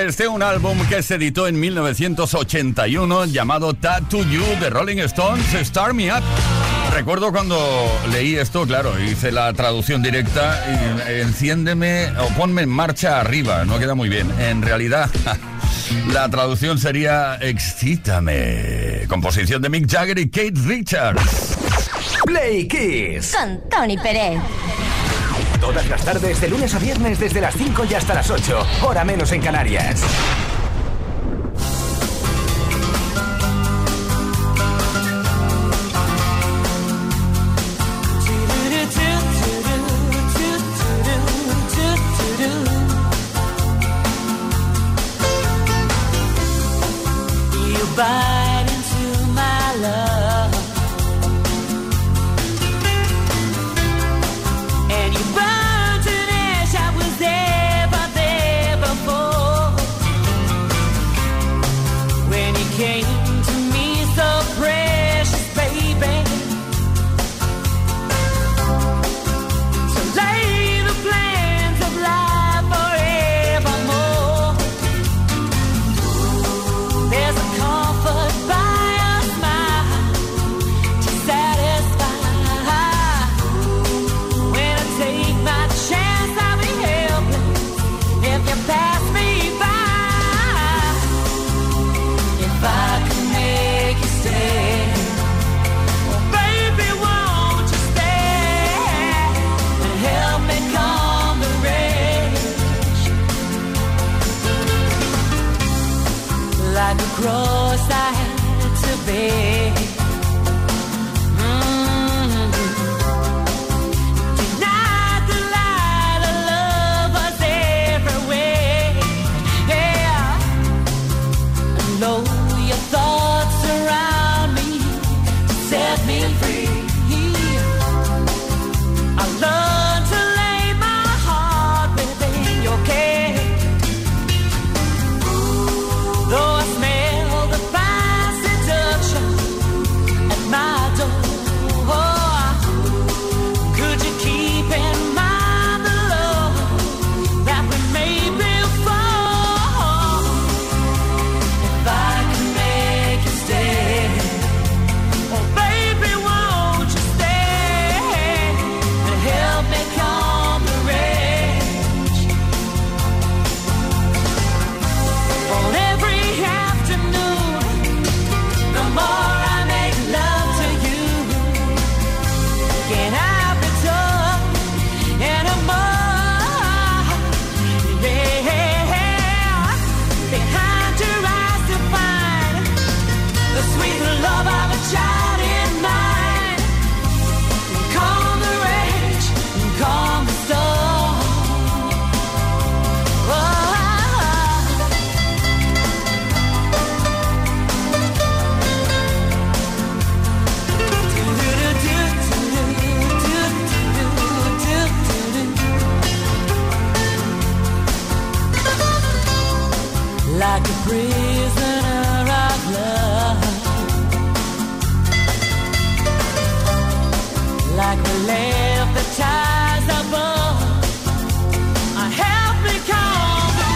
desde un álbum que se editó en 1981 llamado Tattoo You de Rolling Stones, Start Me Up. Recuerdo cuando leí esto, claro, hice la traducción directa y enciéndeme o ponme en marcha arriba, no queda muy bien. En realidad, la traducción sería excítame. Composición de Mick Jagger y Keith Richards. Play Kiss con Tony Pérez. Todas las tardes, de lunes a viernes, desde las 5 y hasta las 8, hora menos en Canarias. Bite into my love, and you burn to an ash. I was there before, when you came to me so precious, baby. So lay the plans of life forevermore. There's a comfort by a smile to satisfy. When I take my chance, I'll be helpless if you pass me by. If I could make you stay, oh baby, won't you stay and help me calm the rage? Like a cross I had to bear. Denied the light of love was everywhere. Yeah, and know your thoughts around me set me free. I learned to lay my heart within your care. Though I smell the fine seduction at my door, could you keep in mind the love that we made before? If I could make you stay, oh baby, won't you stay and help me calm the rage? On every afternoon, the more I make love to you, can I be tough anymore? Yeah, behind your eyes to find the sweet love of a child in mind. Calm the rage, calm the storm. Like a prisoner of love, like we left the ties above. Help me calm the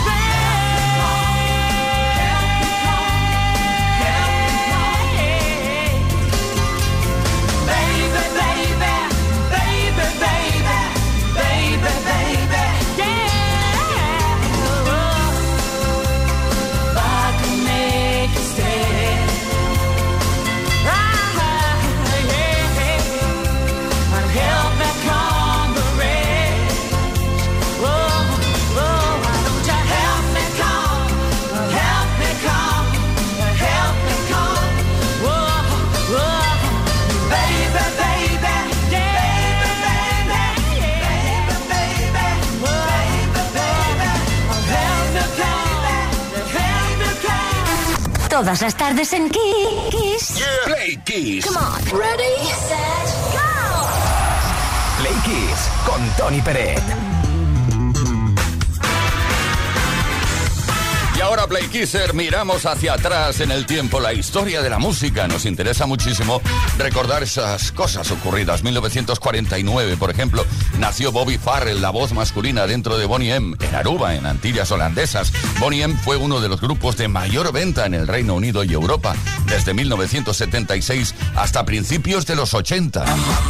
rage. Baby, baby, baby, baby, baby, baby, yeah. If I could make you stay, and help me calm the rage. Whoa, whoa, why don't you help me calm, help me calm, help me calm. Whoa, whoa, baby, baby, yeah, baby, baby, baby, baby, baby, help me calm. Todas las tardes en Kiss. Play Kiss. Come on. Ready, set, go. Play Kiss con Tony Pérez. Y ahora, Play Kisser, miramos hacia atrás en el tiempo, la historia de la música. Nos interesa muchísimo recordar esas cosas ocurridas. 1949, por ejemplo, nació Bobby Farrell, la voz masculina dentro de Boney M, en Aruba, en Antillas Holandesas. Boney M fue uno de los grupos de mayor venta en el Reino Unido y Europa, desde 1976 hasta principios de los 80.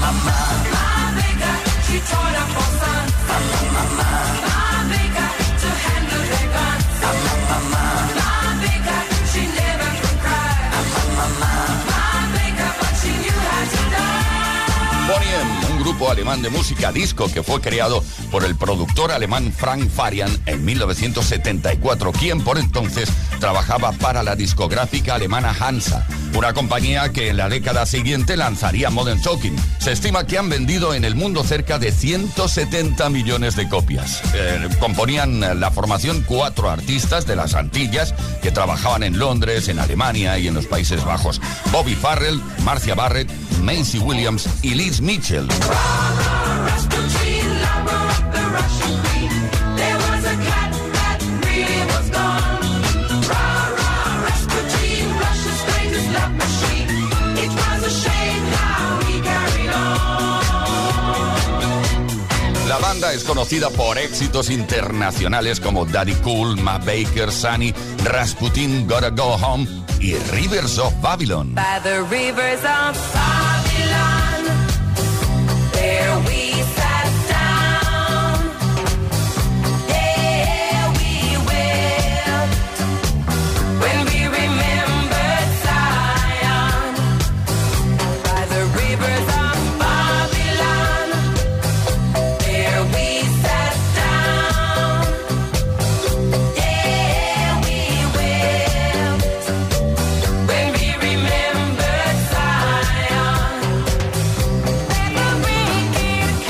Boney M, un grupo alemán de música disco que fue creado por el productor alemán Frank Farian en 1974, quien por entonces trabajaba para la discográfica alemana Hansa, una compañía que en la década siguiente lanzaría Modern Talking. Se estima que han vendido en el mundo cerca de 170 millones de copias. Componían la formación 4 artistas de las Antillas que trabajaban en Londres, en Alemania y en los Países Bajos: Bobby Farrell, Marcia Barrett, Maisie Williams y Liz Mitchell. La banda es conocida por éxitos internacionales como Daddy Cool, Ma Baker, Sunny, Rasputin, Gotta Go Home y Rivers of Babylon. By the rivers of Babylon, there we sat down, there we wept, when we remembered Zion. By the rivers of Babylon, there we sat down, there we wept, when we remembered Zion. Let the wicked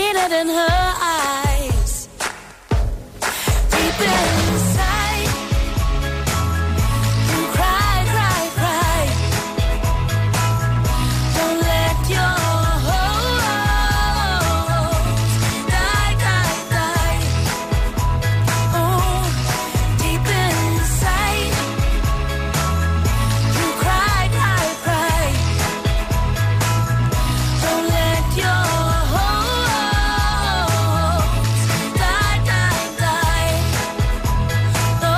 seen it in her eyes. Deep inside, you cry, cry, cry. Don't let your hopes die, die, die. Oh, deep inside, you cry, cry, cry. Don't let your hopes die, die, die. No.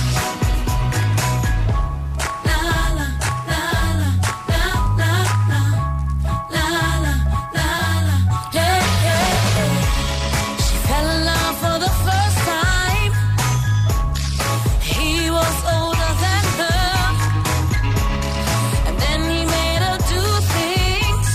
La la la la la la la la la la. Yeah, yeah, yeah. She fell in love for the first time. He was older than her, and then he made her do things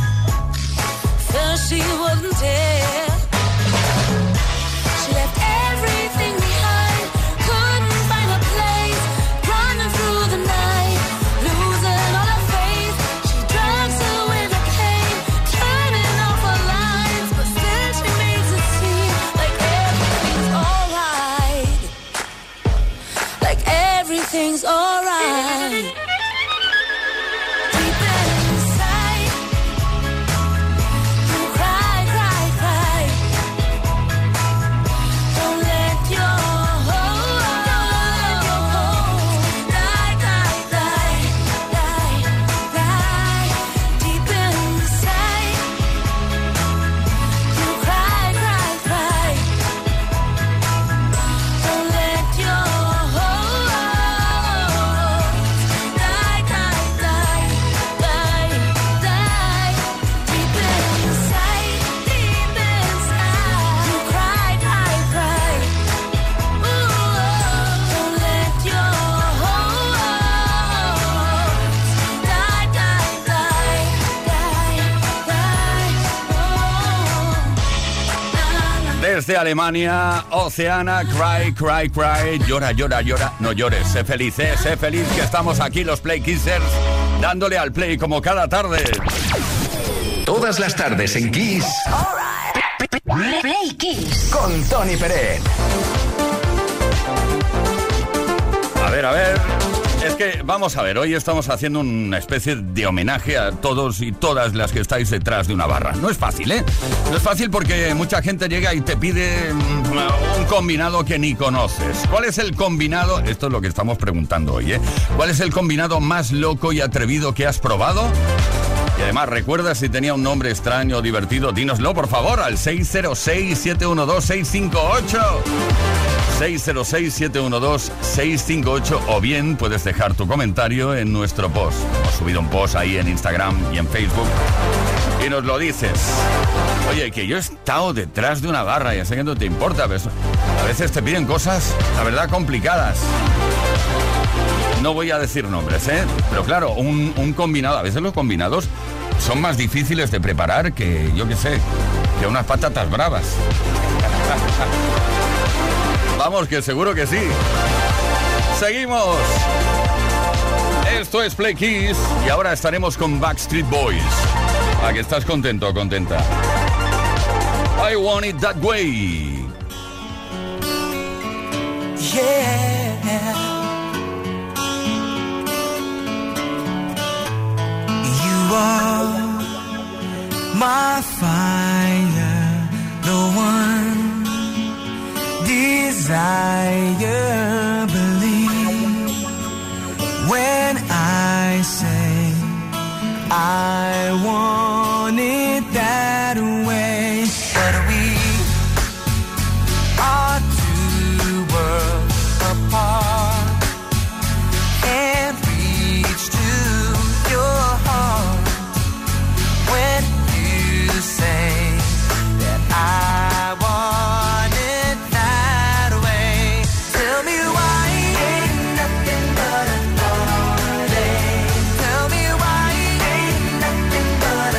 she wouldn't dare. She left everything behind, couldn't find a place, running through the night, losing all her faith. She drugs away the pain, turning off her lights, but still she makes it seem like everything's alright. Like everything's alright. Deep inside, you cry, cry, cry. Don't let your hopes die, die, die, die, die. Deep inside, you cry, cry, cry. Don't let your hopes die, die, die, die, die. Deep inside, you cry, cry, cry. Ooh, don't let your hopes die, die, die, die, die. Desde Alemania, Oceana, Cry, Cry, Cry. Llora, llora, llora. No llores, sé feliz, que estamos aquí los Play Kissers, dándole al play como cada tarde. Todas las tardes en Kiss Play Kiss. con Tony Pérez. A ver, es que vamos a ver, hoy estamos haciendo una especie de homenaje a todos y todas las que estáis detrás de una barra. No es fácil, ¿eh? No es fácil porque mucha gente llega y te pide un combinado que ni conoces. ¿Cuál es el combinado? Esto es lo que estamos preguntando hoy, ¿eh? ¿Cuál es el combinado más loco y atrevido que has probado? Y además, recuerda si tenía un nombre extraño o divertido, dínoslo por favor al 606-712-658. 606-712-658 o bien puedes dejar tu comentario en nuestro post. Hemos subido un post ahí en Instagram y en Facebook y nos lo dices. Oye, que yo he estado detrás de una barra, ya sé que no te importa, pero a veces te piden cosas, la verdad, complicadas. No voy a decir nombres, ¿eh? Pero claro, un combinado, a veces los combinados son más difíciles de preparar que, yo qué sé, que unas patatas bravas. Vamos, que seguro que sí. Seguimos. Esto es Play Kiss y ahora estaremos con Backstreet Boys. ¿A que estás contento o contenta? I Want It That Way. Yeah. You are my fire, the one desire. Believe when I say I want it that way. But we are two worlds apart. Can't reach to your heart when you say that I want it that way. Tell me why ain't nothing but a heartache. Tell me why ain't nothing but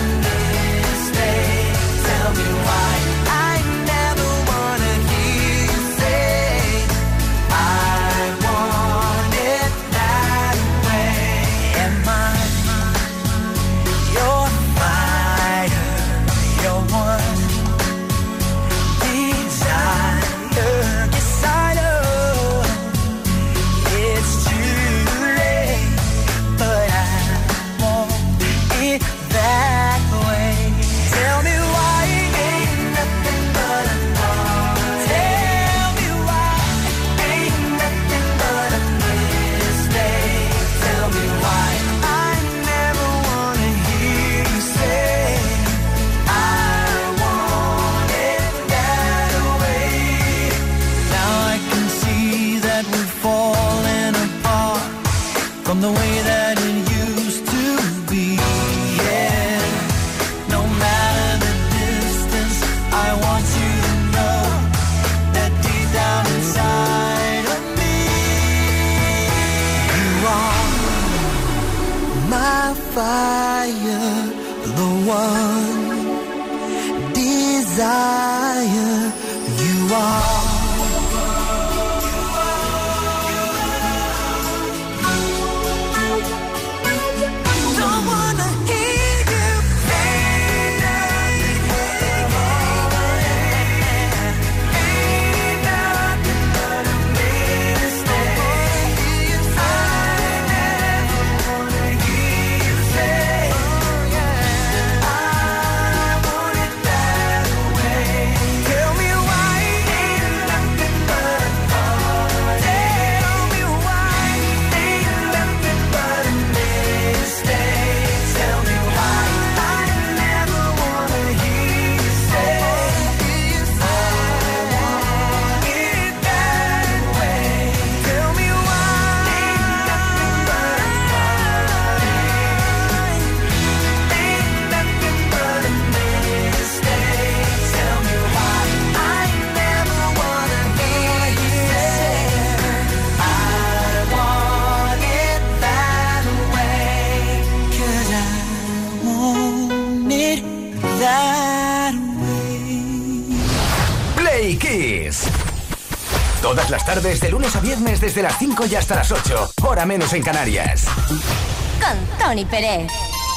Todas las tardes, de lunes a viernes, desde las 5 y hasta las 8. Hora menos en Canarias. Con Tony Pérez.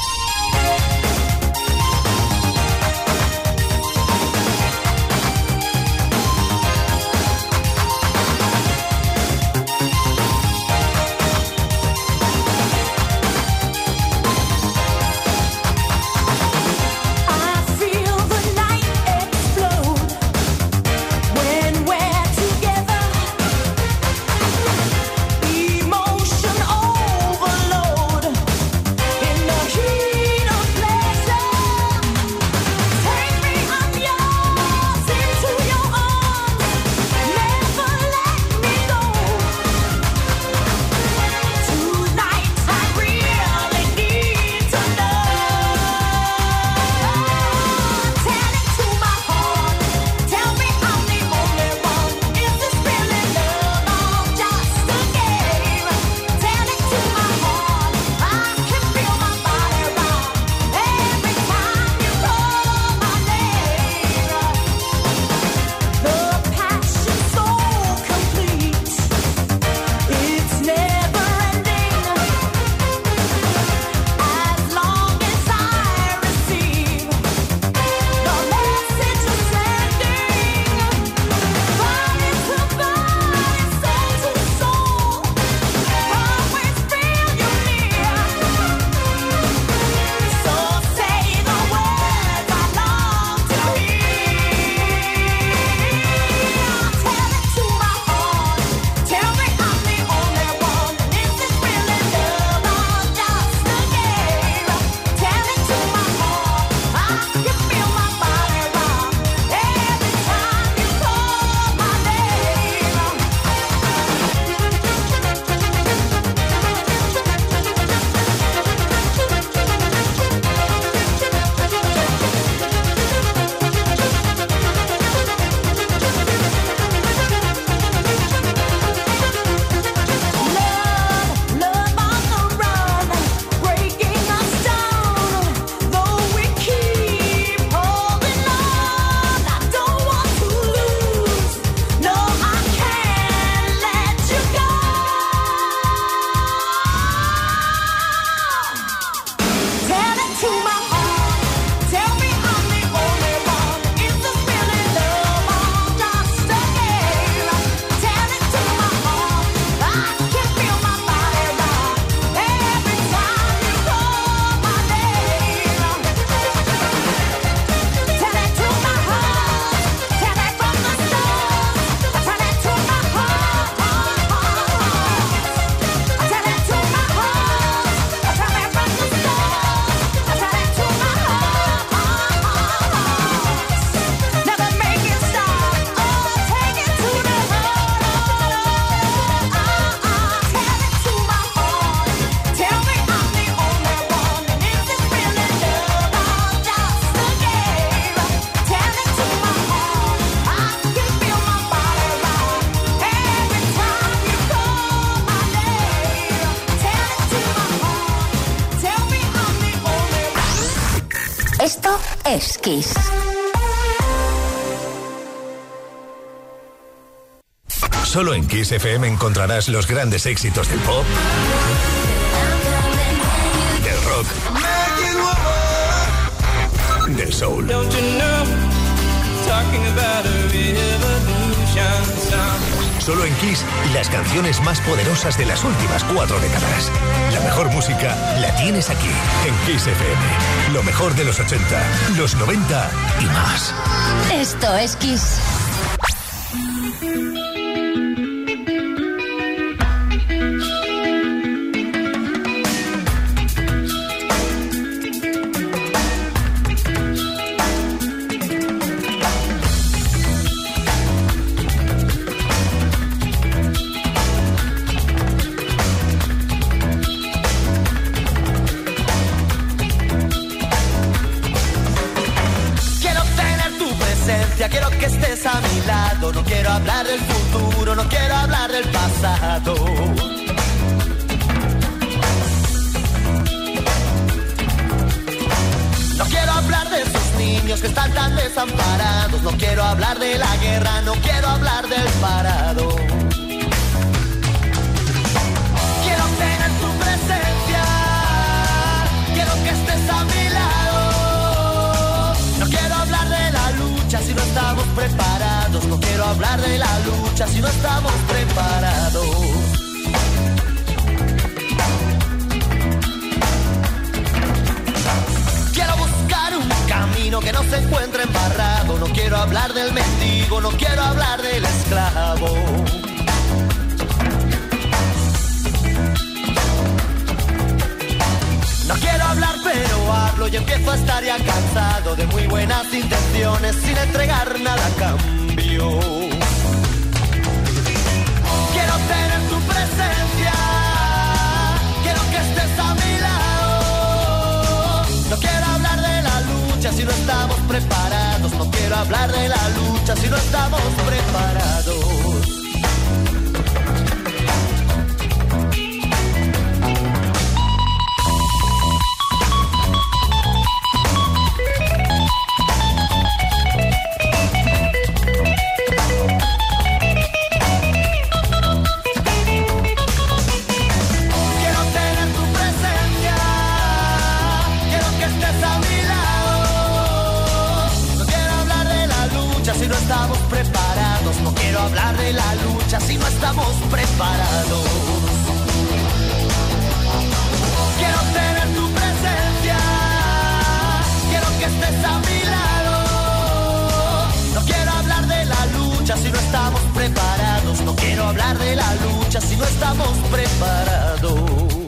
Esto es Kiss. Solo en Kiss FM encontrarás los grandes éxitos del pop, del rock, del soul. Solo en Kiss, las canciones más poderosas de las últimas 4 décadas. La mejor música la tienes aquí, en Kiss FM. Lo mejor de los 80, los 90 y más. Esto es Kiss. Quiero que estés a mi lado, no quiero hablar del futuro, no quiero hablar del pasado. No quiero hablar de esos niños que están tan desamparados, no quiero hablar de la guerra, no quiero hablar del parado. hablar del mendigo, no quiero hablar del esclavo. No quiero hablar pero hablo y empiezo a estar ya cansado de muy buenas intenciones sin entregar nada a cambio. Quiero tener tu presencia, quiero que estés a mi lado. No quiero hablar de la lucha si no estamos preparados. No quiero hablar de la lucha si no estamos preparados. No quiero hablar de la lucha si no estamos preparados. Quiero tener tu presencia, quiero que estés a mi lado. No quiero hablar de la lucha si no estamos preparados. No quiero hablar de la lucha si no estamos preparados.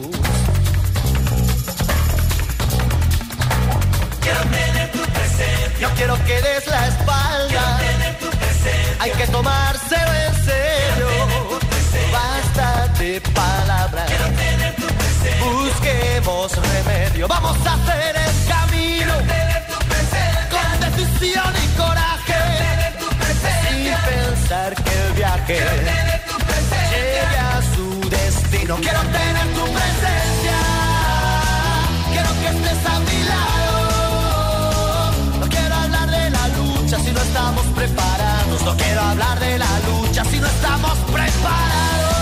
Quiero tener tu presencia, no quiero que des la espalda. Hay que tomárselo en serio. Basta de palabras. Busquemos remedio. Vamos a hacer el camino con decisión y coraje. Sin pensar que el viaje llegue a su destino. Quiero tener tu presencia. Quiero que estés a mi lado. No quiero hablar de la lucha si no estamos preparados. No quiero hablar de la lucha si no estamos preparados.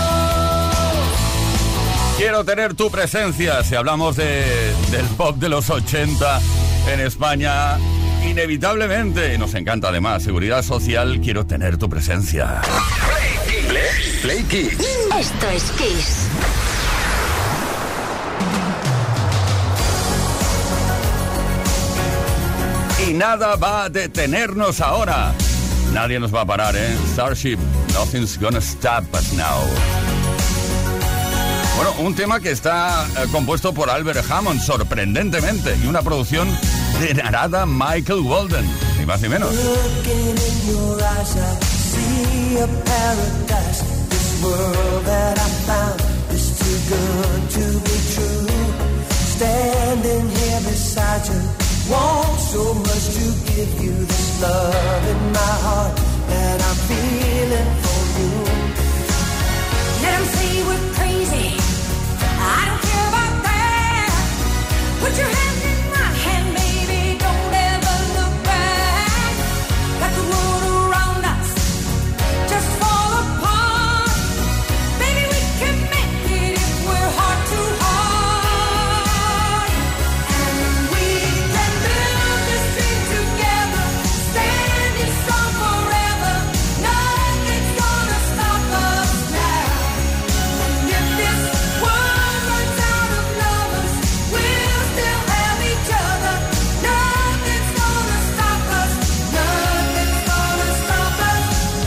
Quiero tener tu presencia. Si hablamos del pop de los 80 en España, inevitablemente, y nos encanta además, Seguridad Social, quiero tener tu presencia. Play Kiss. Esto es Kiss. Y nada va a detenernos ahora. Nadie nos va a parar, ¿eh? Starship, nothing's gonna stop us now. Bueno, un tema que está compuesto por Albert Hammond, sorprendentemente, y una producción de Narada Michael Walden, ni más ni menos. Looking in your eyes, I see a paradise. This world that I found is too good to be true. Standing here beside you, want so much to give you this love in my heart that I'm feeling for you. Let 'em say we're crazy. I don't care about that. Put your hand in my hand, baby. Don't ever look back. Let the world around us just fall apart. Baby, we can make it if we're heart to heart. And we can build this dream together, standing strong forever. Nothing's gonna stop us now. And if this world runs out of lovers, we'll still have each other. Nothing's gonna stop us. Nothing's gonna stop us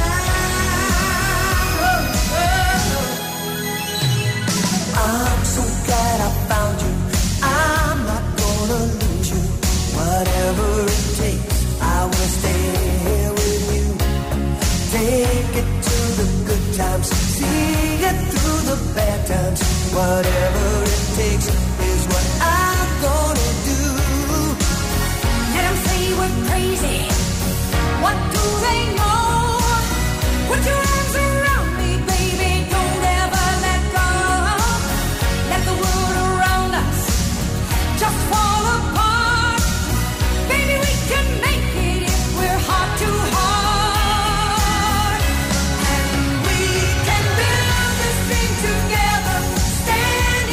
now. I'm so glad I found you. I'm not gonna lose you. Whatever it takes, I will stay here with you. Take it to the good times, see it through the bad times. Whatever it takes is what I'm gonna do. Let 'em say we're crazy. What do they know? Put your arms around me, baby. Don't ever let go. Let the world around us just fall apart. Baby, we can make it if we're heart to heart. And we can build this dream together, stand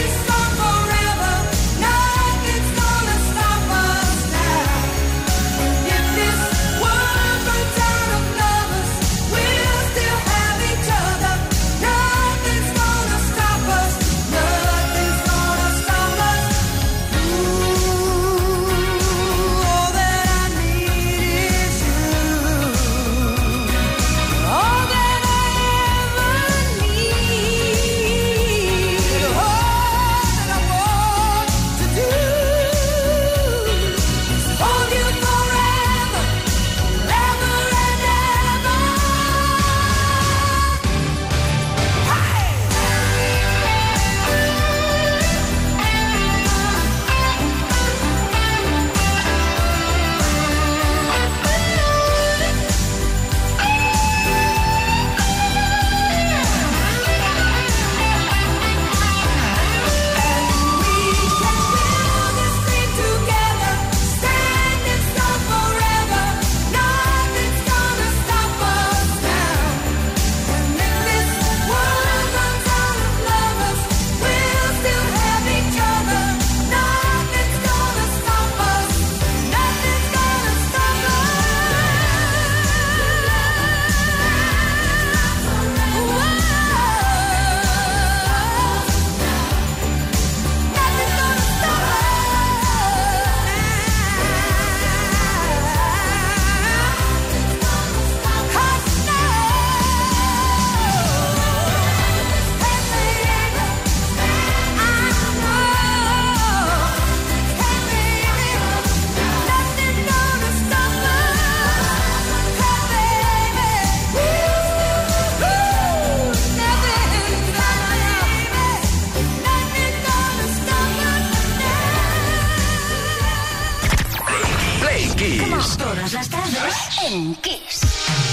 en Kiss.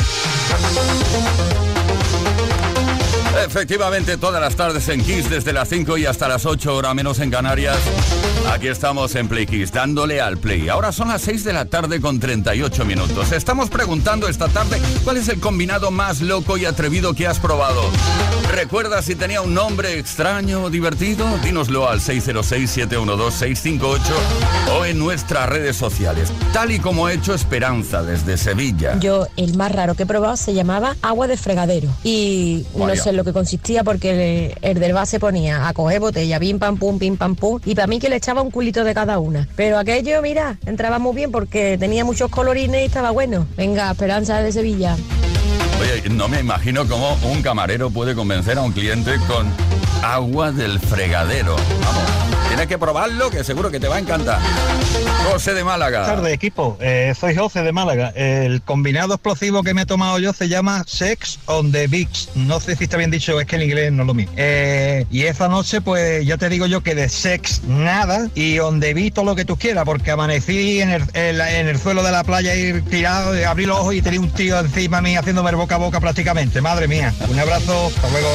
Efectivamente, todas las tardes en Kiss, desde las 5 y hasta las 8, hora menos en Canarias. Aquí estamos en Play Kiss, dándole al play. Ahora son las 6 de la tarde con 38 minutos. Estamos preguntando esta tarde cuál es el combinado más loco y atrevido que has probado. ¿Recuerdas si tenía un nombre extraño o divertido? Dínoslo al 606-712-658 o en nuestras redes sociales. Tal y como ha hecho Esperanza desde Sevilla. Yo, el más raro que he probado se llamaba agua de fregadero. Y Vaya. no sé en lo que consistía porque el del bar se ponía a coger botella, pim pam pum, y para mí que le echaba un culito de cada una. Pero aquello, mira, entraba muy bien porque tenía muchos colorines y estaba bueno. Venga, Esperanza de Sevilla. Oye, no me imagino cómo un camarero puede convencer a un cliente con agua del fregadero. Vamos, tienes que probarlo, que seguro que te va a encantar. José de Málaga. Buenas tardes, equipo. Soy José de Málaga. El combinado explosivo que me he tomado yo se llama Sex on the Beach. No sé si está bien dicho, es que en inglés no es lo mismo. Y esa noche, pues ya te digo yo que de sex nada y on the beach todo lo que tú quieras, porque amanecí en el suelo de la playa y tirado, abrí los ojos y tenía un tío encima mí haciéndome boca a boca prácticamente. Madre mía. Un abrazo. Hasta luego.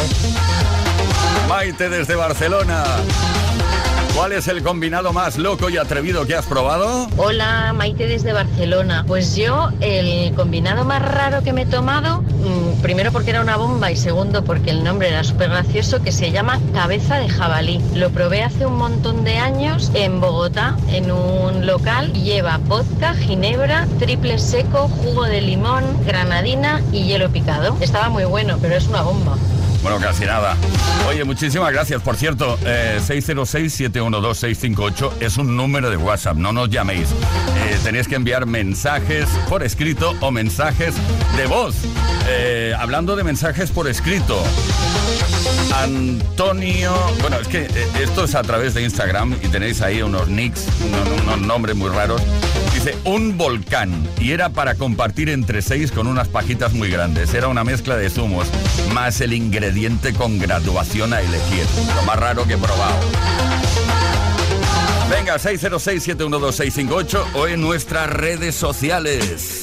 Maite desde Barcelona. ¿Cuál es el combinado más loco y atrevido que has probado? Hola, Maite desde Barcelona. Pues yo, el combinado más raro que me he tomado, primero porque era una bomba y segundo porque el nombre era súper gracioso, que se llama cabeza de jabalí. Lo probé hace un montón de años en Bogotá, en un local, y lleva vodka, ginebra, triple seco, jugo de limón, granadina y hielo picado. Estaba muy bueno, pero es una bomba. Bueno, casi nada. Oye, muchísimas gracias. Por cierto, 606-712-658 es un número de WhatsApp. No nos llaméis. Tenéis que enviar mensajes por escrito o mensajes de voz. Hablando de mensajes por escrito, Antonio... Bueno, es que esto es a través de Instagram y tenéis ahí unos nicks, unos nombres muy raros. Dice, un volcán, y era para compartir entre 6 con unas pajitas muy grandes. Era una mezcla de zumos, más el ingrediente con graduación a elegir. Lo más raro que he probado. Venga, 606-712-658 o en nuestras redes sociales.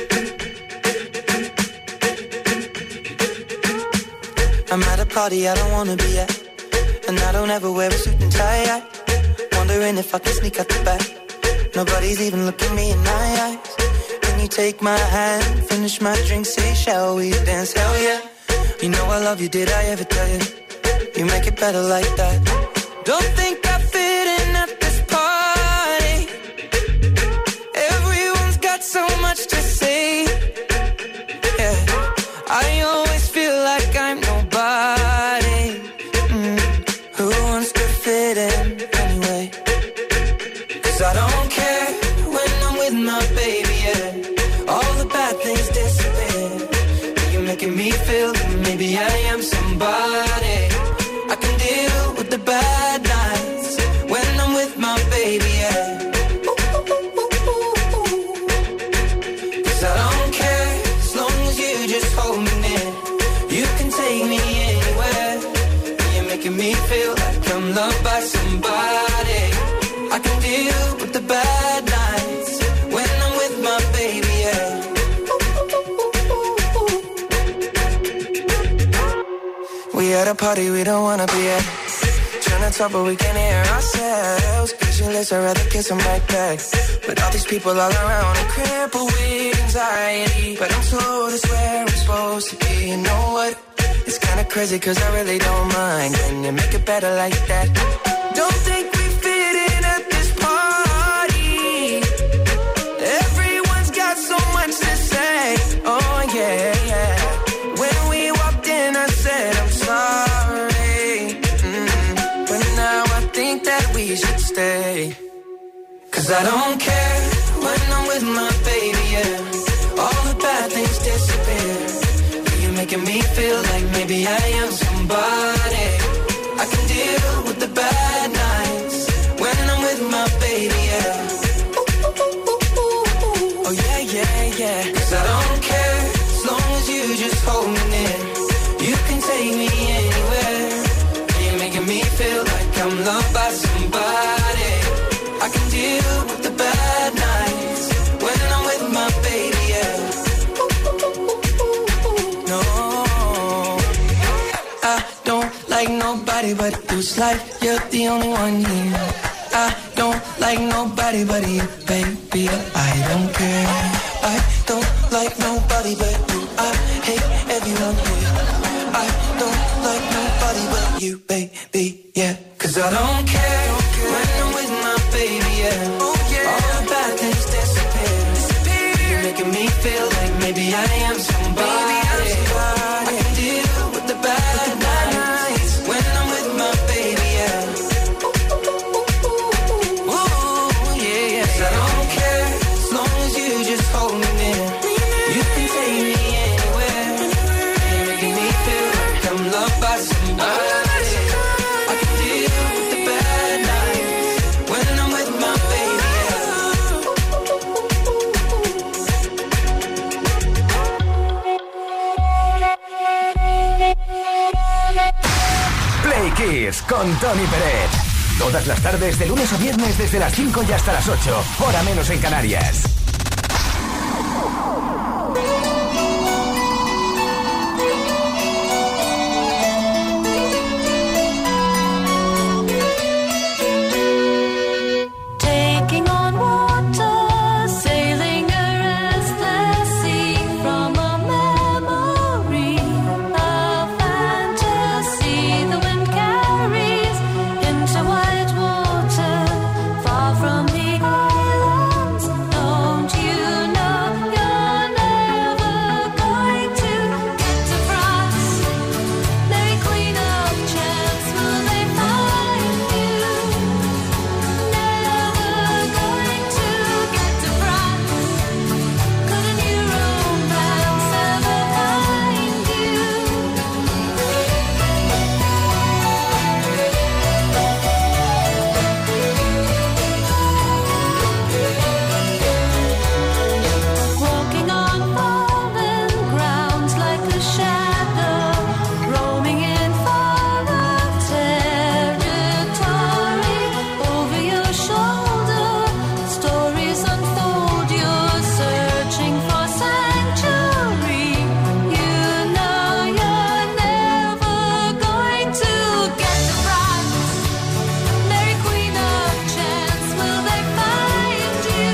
I'm at a party I don't wanna be at, and I don't ever wear a suit and tie. Wondering if I can sneak out the back. Nobody's even looking me in my eyes. Can you take my hand, finish my drink, say shall we dance? Hell yeah. You know I love you, did I ever tell you? You make it better like that. Don't think I fit in at this party. Everyone's got so much to say. Yeah, I always feel like I'm nobody. Who wants to fit in anyway? 'Cause I don't care when I'm with my baby, yeah. All the bad things disappear. You're making me feel that maybe I am somebody. I can deal with the bad nights when I'm with my baby, yeah. 'Cause I don't care as long as you just hold me near. You can take me anywhere. You're making me feel like I'm loved by somebody. I can deal with the bad nights when I'm with my baby, yeah. We at a party we don't wanna be at. Trying to talk but we can't hear ourselves. Pictureless, I'd rather kiss them right back. But all these people all around are crippled with anxiety. But I'm told it's where I'm supposed to be. You know what? It's kinda crazy 'cause I really don't mind. Can you make it better like that? Don't think we fit in at this party. Everyone's got so much to say. Oh yeah, yeah. When we walked in I said I'm sorry. But now I think that we should stay. 'Cause I don't care when I'm with my baby, yeah. All the bad things disappear. You're making me feel like maybe I am somebody. I can deal with the bad nights when I'm with my baby, yeah. Oh yeah, yeah, yeah. 'Cause I don't care as long as you just hold me near. You can take me anywhere. You're making me feel like I'm loved by somebody. I can deal with the bad nights when I'm with my baby, yeah. I don't like nobody but you. It's like you're the only one here. I don't like nobody but you, baby. I don't care. I don't like nobody but you. I hate everyone here. I don't like nobody but you, baby. Yeah, 'cause I don't care when I'm with my baby. Yeah, all the bad things disappear. You're making me feel like maybe I am somebody. I can deal with the bad nights when I'm with my baby. Yeah. I don't care as long as you just hold me near. You can take me anywhere. You're making me feel like I'm loved by somebody. I can deal with the bad nights when I'm with my baby. Play Kiss con Tony Pérez. Todas las tardes, de lunes a viernes, desde las 5 y hasta las 8, hora menos en Canarias. Taking on water, sailing a restless sea from a memory, a fantasy the wind carries into white water, far from the islands. Don't you know you're never going to get to France? Mary Queen of Chance, will they find you? Never going to get to France. Could a new romance ever find you? Walking on fallen grounds like a shadow, roaming in foreign territory. Over your shoulder, stories unfold. You're searching for sanctuary. You know you're never going to get to France. Mary Queen of Chance, will they find you?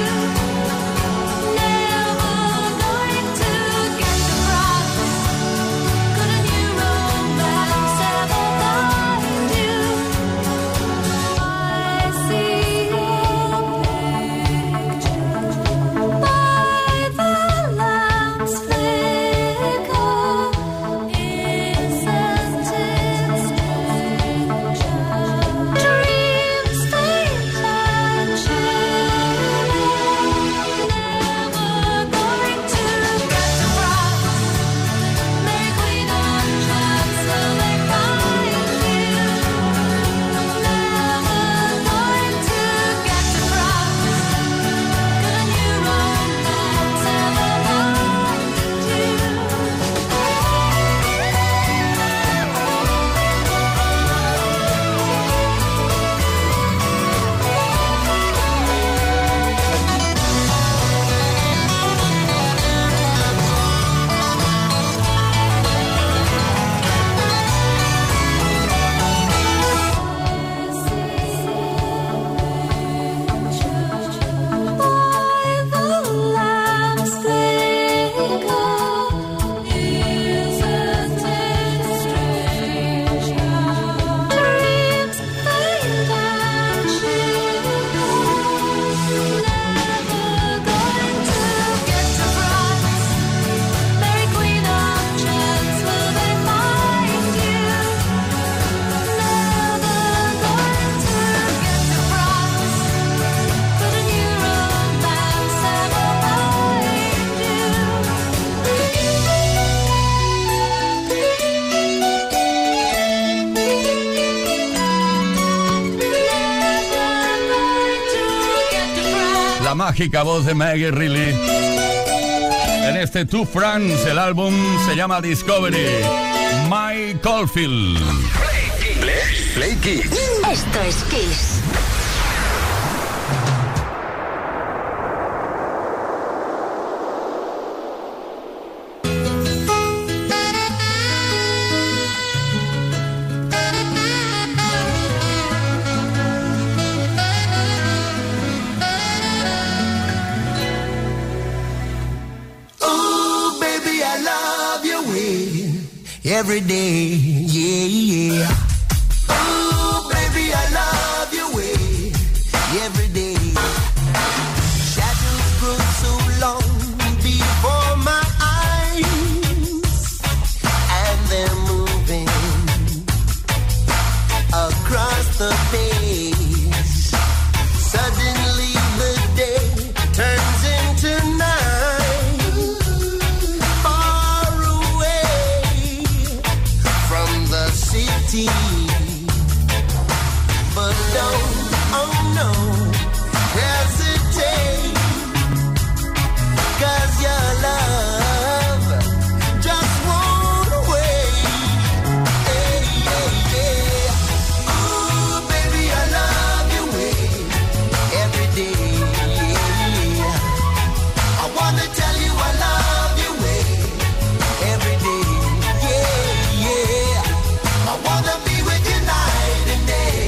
Never going to get to France. Could a new romance ever find you? I see your picture by the lamp's flicker. Isn't it strange? Dreams faint and chilling. Never going to get to France. Mary Queen of Chance, will they find you? Never going to get to France. Could a new romance ever find you? By the lamp's flicker, isn't it strange? Dreams faint and chilling. Never going to get to France. Mary Queen of Chance, will they find you? Never going to get to France. Could a new romance ever find you? La mágica voz de Maggie Reilly. En este To France, el álbum se llama Discovery. My Caulfield. Play Kiss. Esto es Kiss. every day, yeah. Ooh, baby, I love your way every day. Shadows grow so long before my eyes, and they're moving across the page. Suddenly the day turns into night, far away from the city. But don't, oh no, hesitate, 'cause your love just won't wait. Hey, hey, hey. Ooh, baby, I love your way every day. I wanna tell you I love your way every day. Yeah, yeah. I wanna be with you night and day.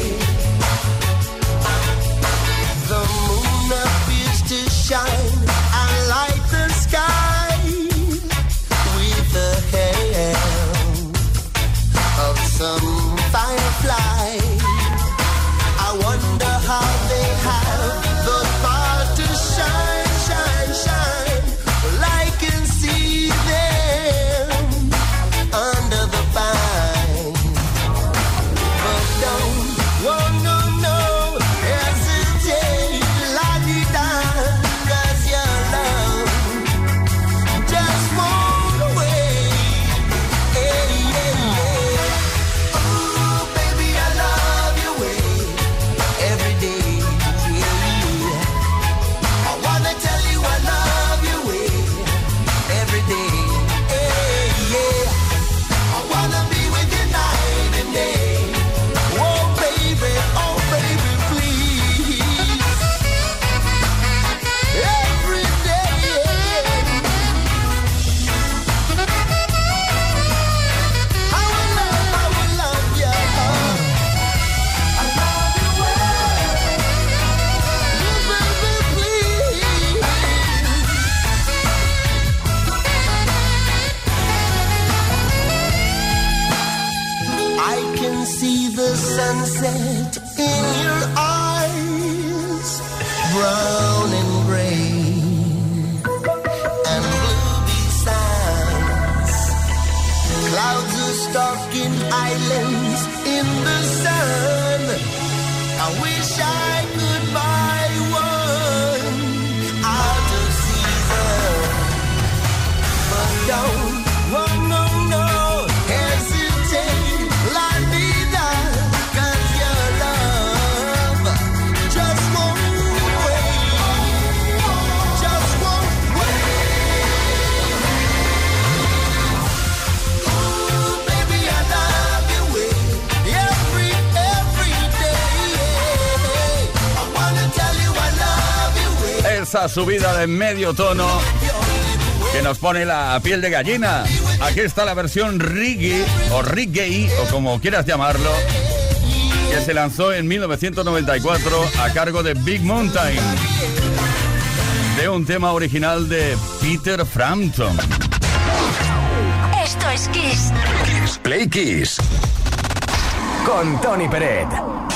The moon appears to shine and light the sky with the help of some firefly. I wonder how they have the power to shine, shine, shine. Well, I can see them under the pine. But don't, oh no, no, hesitate, la-di-da, 'cause your love just won't wait. Hey, yeah, yeah. Ooh, baby, I love your way every day, yeah. I wanna tell you I love your way every day, hey, yeah. I wanna be with you night and day. Oh baby, please. Every day. I will love you. I love you well. Baby, please. I can see the sunset in your eyes, brown and gray and blue besides. Clouds are stalking islands in the sun. I wish I could buy one out of season. But don't, oh no, no, hesitate, la-di-da, 'cause your love just won't wait, just won't wait. Ooh, baby, I love your way every day. I wanna tell you I love your way. Esa subida de medio tono que nos pone la piel de gallina. Aquí está la versión reggae o reggae o como quieras llamarlo, que se lanzó en 1994 a cargo de Big Mountain, de un tema original de Peter Frampton. Esto es Kiss. Kiss Play Kiss. Con Tony Peret.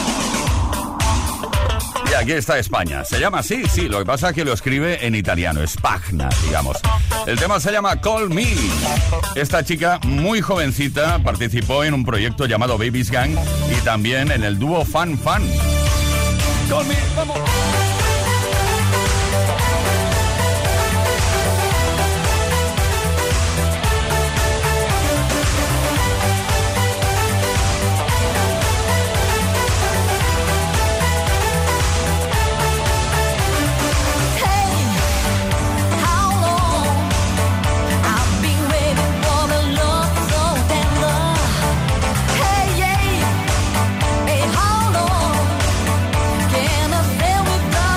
Y aquí está España. Se llama así, sí, lo que pasa es que lo escribe en italiano, Spagna, digamos. El tema se llama Call Me. Esta chica, muy jovencita, participó en un proyecto llamado Baby's Gang y también en el dúo Fan Fan. Call Me, vamos. Hey, how long can I stay without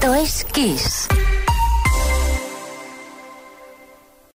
Esto es Kiss.